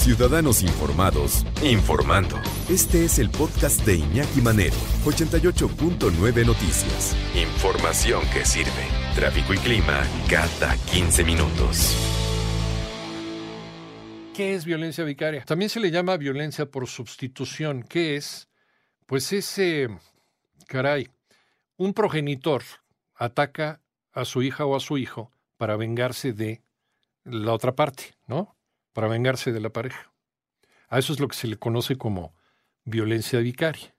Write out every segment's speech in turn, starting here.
Ciudadanos informados, informando. Este es el podcast de Iñaki Manero, 88.9 Noticias. Información que sirve. Tráfico y clima cada 15 minutos. ¿Qué es violencia vicaria? También se le llama violencia por sustitución. ¿Qué es? Pues un progenitor ataca a su hija o a su hijo para vengarse de la otra parte, ¿no? Para vengarse de la pareja. A eso es lo que se le conoce como violencia vicaria.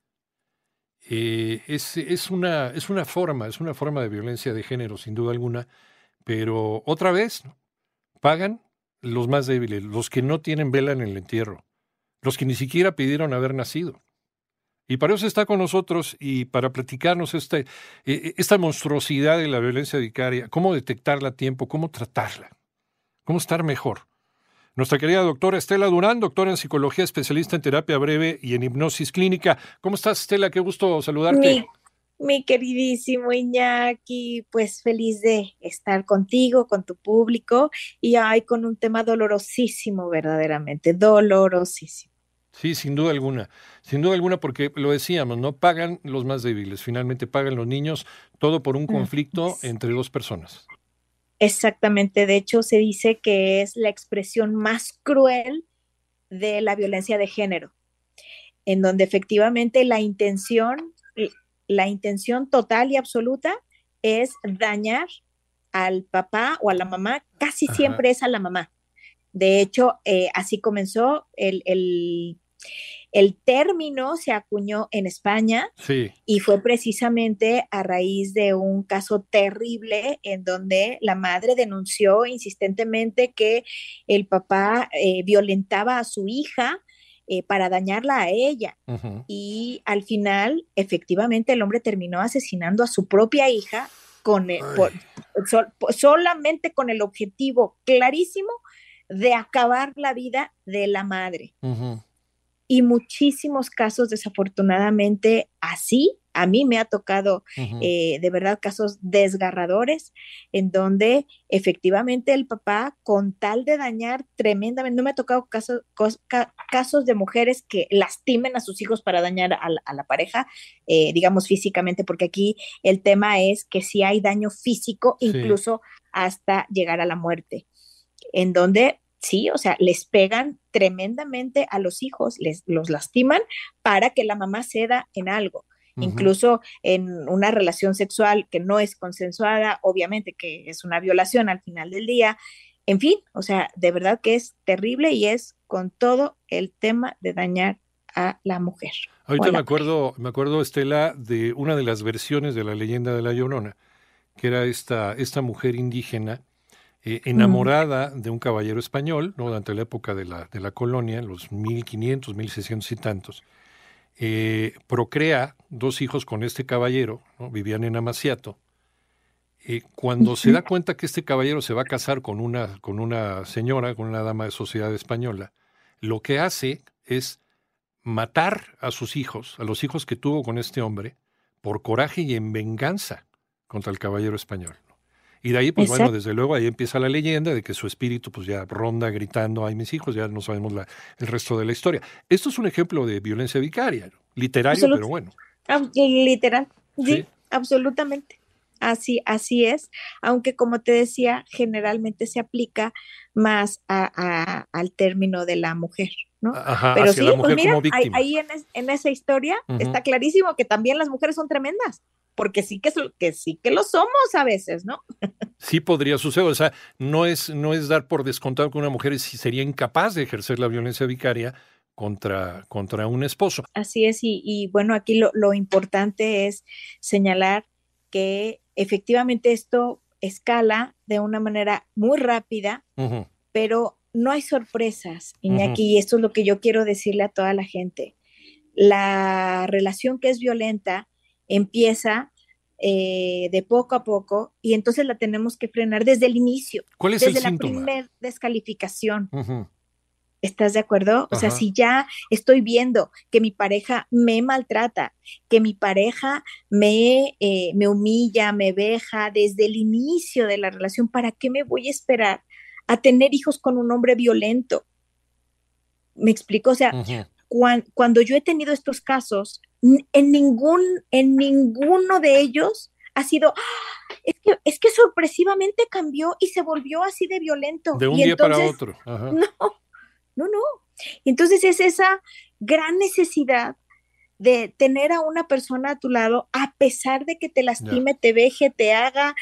Es una forma de violencia de género, sin duda alguna, pero otra vez, ¿no? Pagan los más débiles, los que no tienen vela en el entierro, los que ni siquiera pidieron haber nacido. Y para eso está con nosotros y para platicarnos esta monstruosidad de la violencia vicaria, cómo detectarla a tiempo, cómo tratarla, cómo estar mejor. Nuestra querida doctora Estela Durán, doctora en psicología, especialista en terapia breve y en hipnosis clínica. ¿Cómo estás, Estela? Qué gusto saludarte. Mi queridísimo Iñaki, pues feliz de estar contigo, con tu público y con un tema dolorosísimo, verdaderamente, dolorosísimo. Sí, sin duda alguna, porque lo decíamos, ¿no? Pagan los más débiles, finalmente pagan los niños, todo por un conflicto entre dos personas. Exactamente, de hecho se dice que es la expresión más cruel de la violencia de género, en donde efectivamente la intención total y absoluta es dañar al papá o a la mamá, casi siempre es a la mamá. De hecho, así comenzó el término, se acuñó en España, sí, y fue precisamente a raíz de un caso terrible en donde la madre denunció insistentemente que el papá violentaba a su hija para dañarla a ella. uh-huh. Y al final, efectivamente, el hombre terminó asesinando a su propia hija solamente con el objetivo clarísimo de acabar la vida de la madre. Uh-huh. Y muchísimos casos, desafortunadamente, así. A mí me ha tocado de verdad casos desgarradores en donde efectivamente el papá, con tal de dañar tremendamente, no me ha tocado casos de mujeres que lastimen a sus hijos para dañar a la pareja, digamos físicamente, porque aquí el tema es que si hay daño físico, incluso hasta llegar a la muerte, en donde sí, o sea, les pegan tremendamente a los hijos, los lastiman para que la mamá ceda en algo. Uh-huh. Incluso en una relación sexual que no es consensuada, obviamente que es una violación al final del día. En fin, o sea, de verdad que es terrible y es con todo el tema de dañar a la mujer. Ahorita me acuerdo, Estela, de una de las versiones de la leyenda de La Llorona, que era esta mujer indígena enamorada de un caballero español, ¿no? Durante la época de la colonia, en los 1500, 1600 y tantos, procrea 2 hijos con este caballero, ¿no? Vivían en Amaciato. Cuando se da cuenta que este caballero se va a casar con una señora, con una dama de sociedad española, lo que hace es matar a sus hijos, a los hijos que tuvo con este hombre, por coraje y en venganza contra el caballero español. Y de ahí, pues Exacto. Bueno, desde luego ahí empieza la leyenda de que su espíritu pues ya ronda gritando, ay mis hijos, ya no sabemos el resto de la historia. Esto es un ejemplo de violencia vicaria, ¿no? Literario, pero bueno. Literal, sí, absolutamente. Así es, aunque como te decía, generalmente se aplica más al término de la mujer, ¿no? Ajá, pero hacia sí, la mujer pues mira, como víctima. ahí en esa historia está clarísimo que también las mujeres son tremendas, porque sí que lo somos a veces, ¿no? Sí podría suceder, o sea, no es dar por descontado que una mujer sería incapaz de ejercer la violencia vicaria contra un esposo. Así es, y bueno, aquí lo importante es señalar que efectivamente esto escala de una manera muy rápida, pero no hay sorpresas, Iñaki, y esto es lo que yo quiero decirle a toda la gente. La relación que es violenta empieza de poco a poco y entonces la tenemos que frenar desde el inicio. ¿Cuál es desde el síntoma? La primera descalificación. Uh-huh. ¿Estás de acuerdo? O sea, si ya estoy viendo que mi pareja me maltrata, que mi pareja me humilla, me veja desde el inicio de la relación, ¿para qué me voy a esperar a tener hijos con un hombre violento? ¿Me explico? O sea, Ujú. cuando yo he tenido estos casos, en ninguno de ellos ha sido, "Ah, es que sorpresivamente cambió y se volvió así de violento". De un Y día para entonces, otro. Ajá. no, no, no. Entonces es esa gran necesidad de tener a una persona a tu lado, a pesar de que te Ya. lastime, te veje, te haga,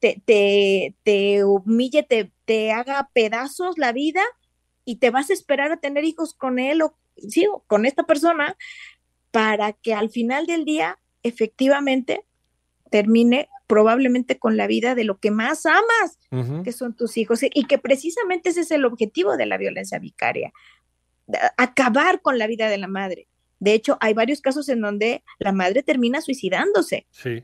te humille, te haga pedazos la vida, y te vas a esperar a tener hijos con él o, sí, o con esta persona, para que al final del día efectivamente termine probablemente con la vida de lo que más amas, Ujú. que son tus hijos, y que precisamente ese es el objetivo de la violencia vicaria, acabar con la vida de la madre. De hecho, hay varios casos en donde la madre termina suicidándose. Sí,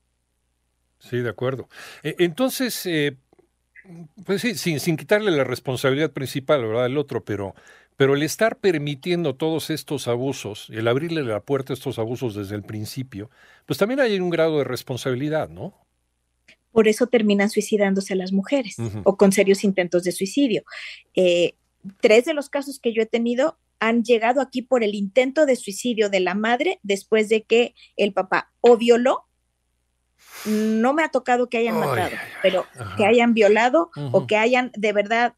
sí, de acuerdo. Entonces, pues sí, sin quitarle la responsabilidad principal, ¿verdad?, al otro, pero el estar permitiendo todos estos abusos, el abrirle la puerta a estos abusos desde el principio, pues también hay un grado de responsabilidad, ¿no? Por eso terminan suicidándose las mujeres Ujú. o con serios intentos de suicidio. Eh, 3 de los casos que yo he tenido han llegado aquí por el intento de suicidio de la madre después de que el papá o violó, no me ha tocado que hayan Ay, matado, ay, pero ay. que Ajá. hayan violado o Ujú. que hayan de verdad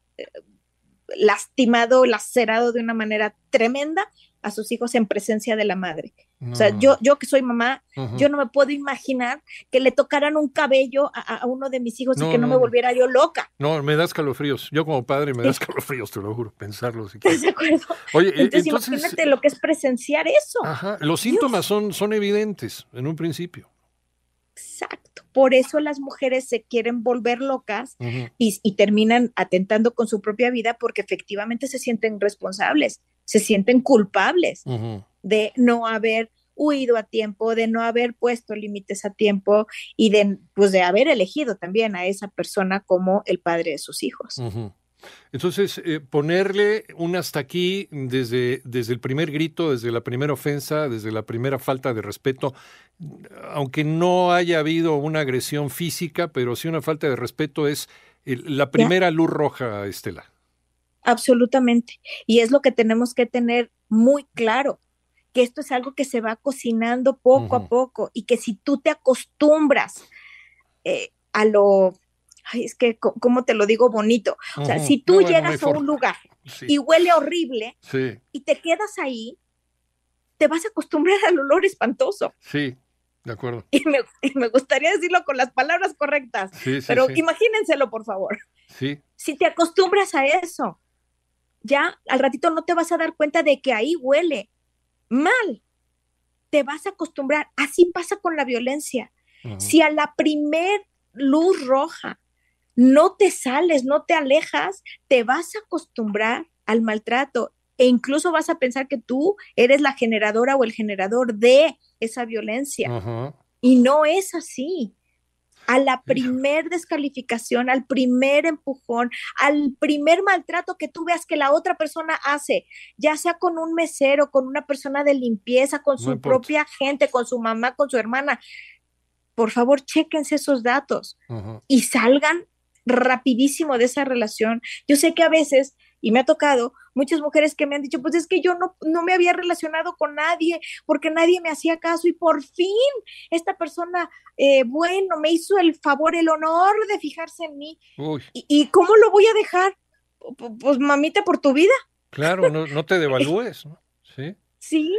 lastimado, lacerado de una manera tremenda a sus hijos en presencia de la madre. O No, sea, no, no. yo que soy mamá, Ujú. yo no me puedo imaginar que le tocaran un cabello a uno de mis hijos y No, que no me no, no. volviera yo loca. No, me da escalofríos. Yo como padre me da ¿Sí? escalofríos, te lo juro, pensarlo ¿Estás siquiera. de acuerdo? Oye, Entonces entonces, imagínate lo que es presenciar eso. ajá, los síntomas Dios, son evidentes en un principio. exacto. Por eso las mujeres se quieren volver locas Ujú. y terminan atentando con su propia vida porque efectivamente se sienten responsables, se sienten culpables Ujú. de no haber huido a tiempo, de no haber puesto límites a tiempo y de, pues, de haber elegido también a esa persona como el padre de sus hijos. Ujú. Entonces, ponerle un hasta aquí desde el primer grito, desde la primera ofensa, desde la primera falta de respeto, aunque no haya habido una agresión física, pero sí una falta de respeto, es la ¿Ya? primera luz roja, Estela. Absolutamente. Y es lo que tenemos que tener muy claro, que esto es algo que se va cocinando poco a Ujú. poco y que si tú te acostumbras a lo, ay, es que, ¿cómo te lo digo bonito? O sea, Ujú. si No, tú bueno, no hay llegas a un forma. lugar Sí, y huele horrible sí, y te quedas ahí, te vas a acostumbrar al olor espantoso. sí, de acuerdo. Y me gustaría decirlo con las palabras correctas, Sí, sí, pero sí, imagínenselo, por favor. sí, Si te acostumbras a eso, ya al ratito no te vas a dar cuenta de que ahí huele mal, te vas a acostumbrar. Así pasa con la violencia. ujú, Si a la primer luz roja no te sales, no te alejas, te vas a acostumbrar al maltrato e incluso vas a pensar que tú eres la generadora o el generador de esa violencia. ajá. Y no es así. A la Híjole. primer descalificación, al primer empujón, al primer maltrato que tú veas que la otra persona hace, ya sea con un mesero, con una persona de limpieza, con No su importa. propia gente, con su mamá, con su hermana, por favor, chéquense esos datos Ajá. y salgan rapidísimo de esa relación. Yo sé que a veces, y me ha tocado, muchas mujeres que me han dicho, pues es que yo no me había relacionado con nadie porque nadie me hacía caso y por fin esta persona, bueno, me hizo el favor, el honor de fijarse en mí. Uy, ¿Y cómo lo voy a dejar? Pues mamita, por tu vida. claro, no, no te devalúes, ¿no? Sí. Sí,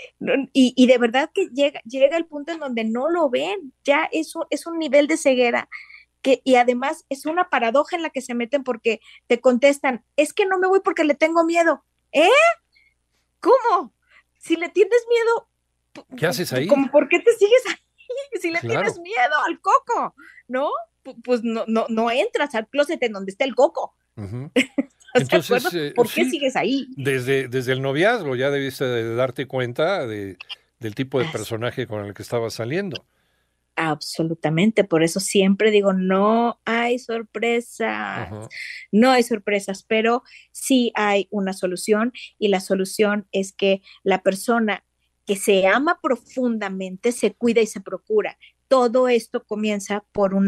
y de verdad que llega el punto en donde no lo ven, ya es un nivel de ceguera y además es una paradoja en la que se meten porque te contestan, es que no me voy porque le tengo miedo. ¿Eh? ¿Cómo? Si le tienes miedo, ¿Qué haces ahí? ¿cómo por qué te sigues ahí? Si le tienes Claro. miedo al coco, ¿no? Pues no entras al closet en donde está el coco. Ujú. ¿Estás de Entonces, acuerdo? ¿Por qué sí, sigues ahí? desde el noviazgo ya debiste de darte cuenta del tipo de Así. personaje con el que estabas saliendo. Absolutamente, por eso siempre digo, no hay sorpresas, Ajá. no hay sorpresas, pero sí hay una solución y la solución es que la persona que se ama profundamente se cuida y se procura. Todo esto comienza por una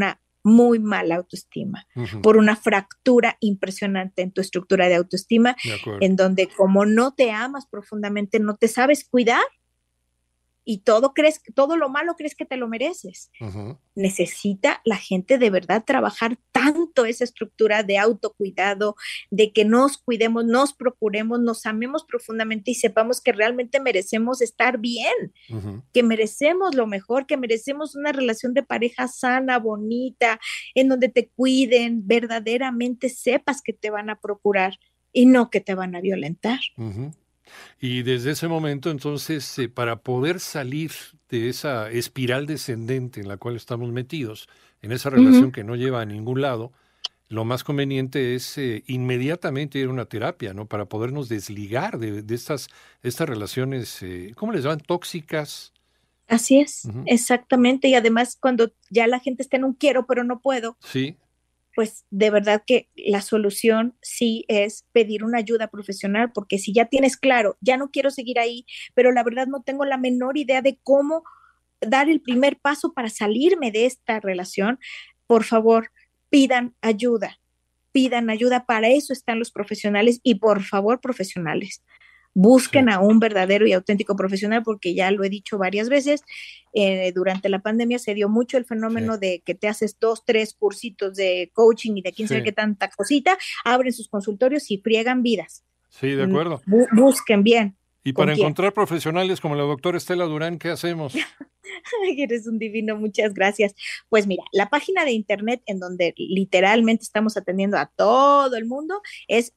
muy mala autoestima, por una fractura impresionante en tu estructura de autoestima, en donde como no te amas profundamente, no te sabes cuidar y todo lo malo crees que te lo mereces. Necesita la gente de verdad trabajar tanto esa estructura de autocuidado, de que nos cuidemos, nos procuremos, nos amemos profundamente y sepamos que realmente merecemos estar bien, que merecemos lo mejor, que merecemos una relación de pareja sana, bonita, en donde te cuiden, verdaderamente sepas que te van a procurar y no que te van a violentar. Y desde ese momento, entonces, para poder salir de esa espiral descendente en la cual estamos metidos, en esa relación que no lleva a ningún lado, lo más conveniente es inmediatamente ir a una terapia, ¿no? Para podernos desligar de estas relaciones, ¿cómo les llaman? Tóxicas. Así es, exactamente. Y además, cuando ya la gente está en un quiero, pero no puedo. Sí. Pues de verdad que la solución sí es pedir una ayuda profesional, porque si ya tienes claro, ya no quiero seguir ahí, pero la verdad no tengo la menor idea de cómo dar el primer paso para salirme de esta relación, por favor, pidan ayuda, para eso están los profesionales y por favor, profesionales. Busquen a un verdadero y auténtico profesional, porque ya lo he dicho varias veces, durante la pandemia se dio mucho el fenómeno de que te haces 2, 3 cursitos de coaching y de quién sabe qué tanta cosita, abren sus consultorios y friegan vidas. Sí, de acuerdo. Busquen bien. Y para encontrar profesionales como la doctora Estela Durán, ¿qué hacemos? Eres un divino, muchas gracias. Pues mira, la página de internet en donde literalmente estamos atendiendo a todo el mundo es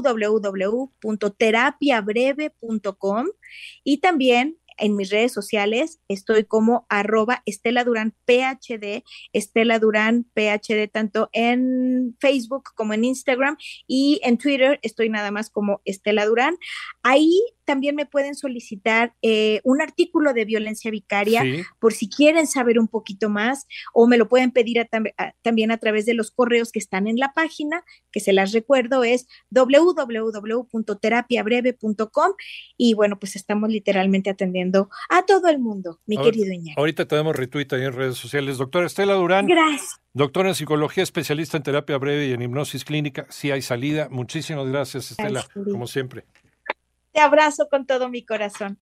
www.terapiabreve.com, y también en mis redes sociales estoy como @EstelaDuránPhD, Estela Durán PhD, tanto en Facebook como en Instagram, y en Twitter estoy nada más como Estela Durán. Ahí también me pueden solicitar un artículo de violencia vicaria, por si quieren saber un poquito más, o me lo pueden pedir también a través de los correos que están en la página, que se las recuerdo, es www.terapiabreve.com, y bueno, pues estamos literalmente atendiendo a todo el mundo, querido Iñaki. Ahorita te damos retweet ahí en redes sociales. Doctora Estela Durán. Gracias. Doctora en psicología, especialista en terapia breve y en hipnosis clínica. Sí hay salida. Muchísimas gracias, Estela, como siempre. Te abrazo con todo mi corazón.